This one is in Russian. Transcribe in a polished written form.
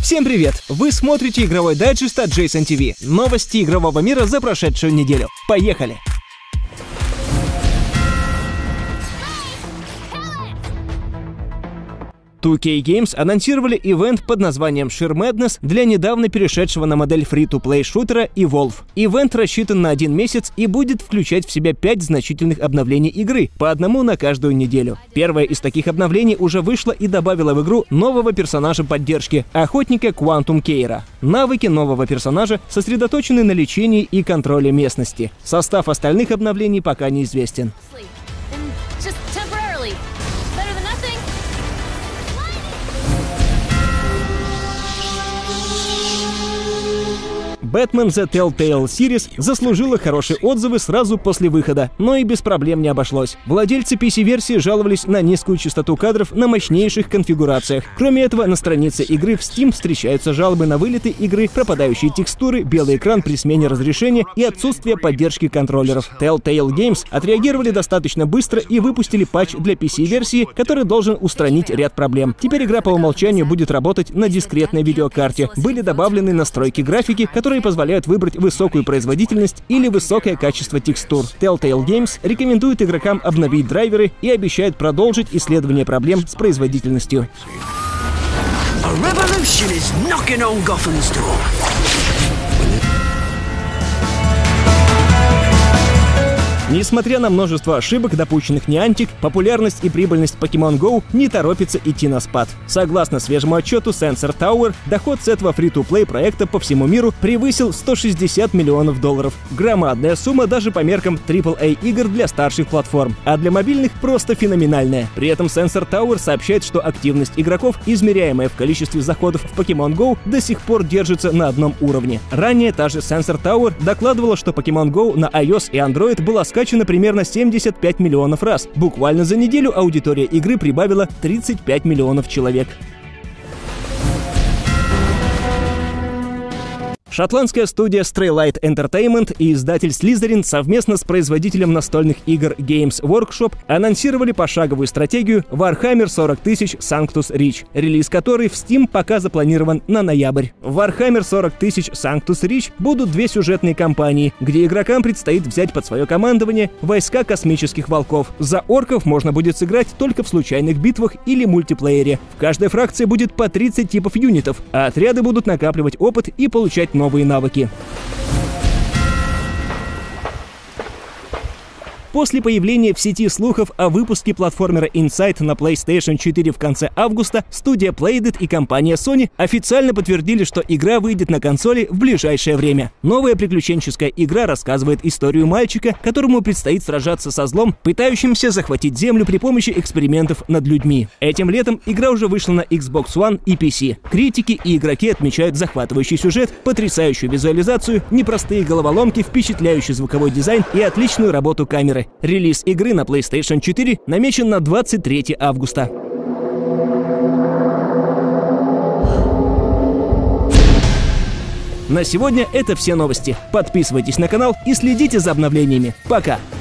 Всем привет! Вы смотрите игровой дайджест от Jason TV. Новости игрового мира за прошедшую неделю. Поехали! 2K Games анонсировали ивент под названием Sheer Madness для недавно перешедшего на модель free-to-play шутера Evolve. Ивент рассчитан на 1 месяц и будет включать в себя 5 значительных обновлений игры, по одному на каждую неделю. Первое из таких обновлений уже вышло и добавило в игру нового персонажа поддержки — охотника Quantum Cave'а. Навыки нового персонажа сосредоточены на лечении и контроле местности. Состав остальных обновлений пока неизвестен. Batman The Telltale Series заслужила хорошие отзывы сразу после выхода, но и без проблем не обошлось. Владельцы PC-версии жаловались на низкую частоту кадров на мощнейших конфигурациях. Кроме этого, на странице игры в Steam встречаются жалобы на вылеты игры, пропадающие текстуры, белый экран при смене разрешения и отсутствие поддержки контроллеров. Telltale Games отреагировали достаточно быстро и выпустили патч для PC-версии, который должен устранить ряд проблем. Теперь игра по умолчанию будет работать на дискретной видеокарте. Были добавлены настройки графики, которые позволяют выбрать высокую производительность или высокое качество текстур. Telltale Games рекомендует игрокам обновить драйверы и обещает продолжить исследование проблем с производительностью. Несмотря на множество ошибок, допущенных Niantic, популярность и прибыльность Pokemon Go не торопится идти на спад. Согласно свежему отчету Sensor Tower, доход с этого фри-то-плей проекта по всему миру превысил $160 миллионов. Громадная сумма даже по меркам AAA игр для старших платформ, а для мобильных просто феноменальная. При этом Sensor Tower сообщает, что активность игроков, измеряемая в количестве заходов в Pokemon Go, до сих пор держится на одном уровне. Ранее та же Sensor Tower докладывала, что Pokemon Go на iOS и Android была скачана примерно 75 миллионов раз. Буквально за неделю аудитория игры прибавила 35 миллионов человек. Шотландская студия Straylight Entertainment и издатель Slytherin совместно с производителем настольных игр Games Workshop анонсировали пошаговую стратегию Warhammer 40 000 Sanctus Reach, релиз которой в Steam пока запланирован на ноябрь. В Warhammer 40 000 Sanctus Reach будут 2 сюжетные кампании, где игрокам предстоит взять под свое командование войска космических волков. За орков можно будет сыграть только в случайных битвах или мультиплеере. В каждой фракции будет по 30 типов юнитов, а отряды будут накапливать опыт и получать новые навыки. После появления в сети слухов о выпуске платформера Inside на PlayStation 4 в конце августа, студия Playdead и компания Sony официально подтвердили, что игра выйдет на консоли в ближайшее время. Новая приключенческая игра рассказывает историю мальчика, которому предстоит сражаться со злом, пытающимся захватить Землю при помощи экспериментов над людьми. Этим летом игра уже вышла на Xbox One и PC. Критики и игроки отмечают захватывающий сюжет, потрясающую визуализацию, непростые головоломки, впечатляющий звуковой дизайн и отличную работу камеры. Релиз игры на PlayStation 4 намечен на 23 августа. На сегодня это все новости. Подписывайтесь на канал и следите за обновлениями. Пока!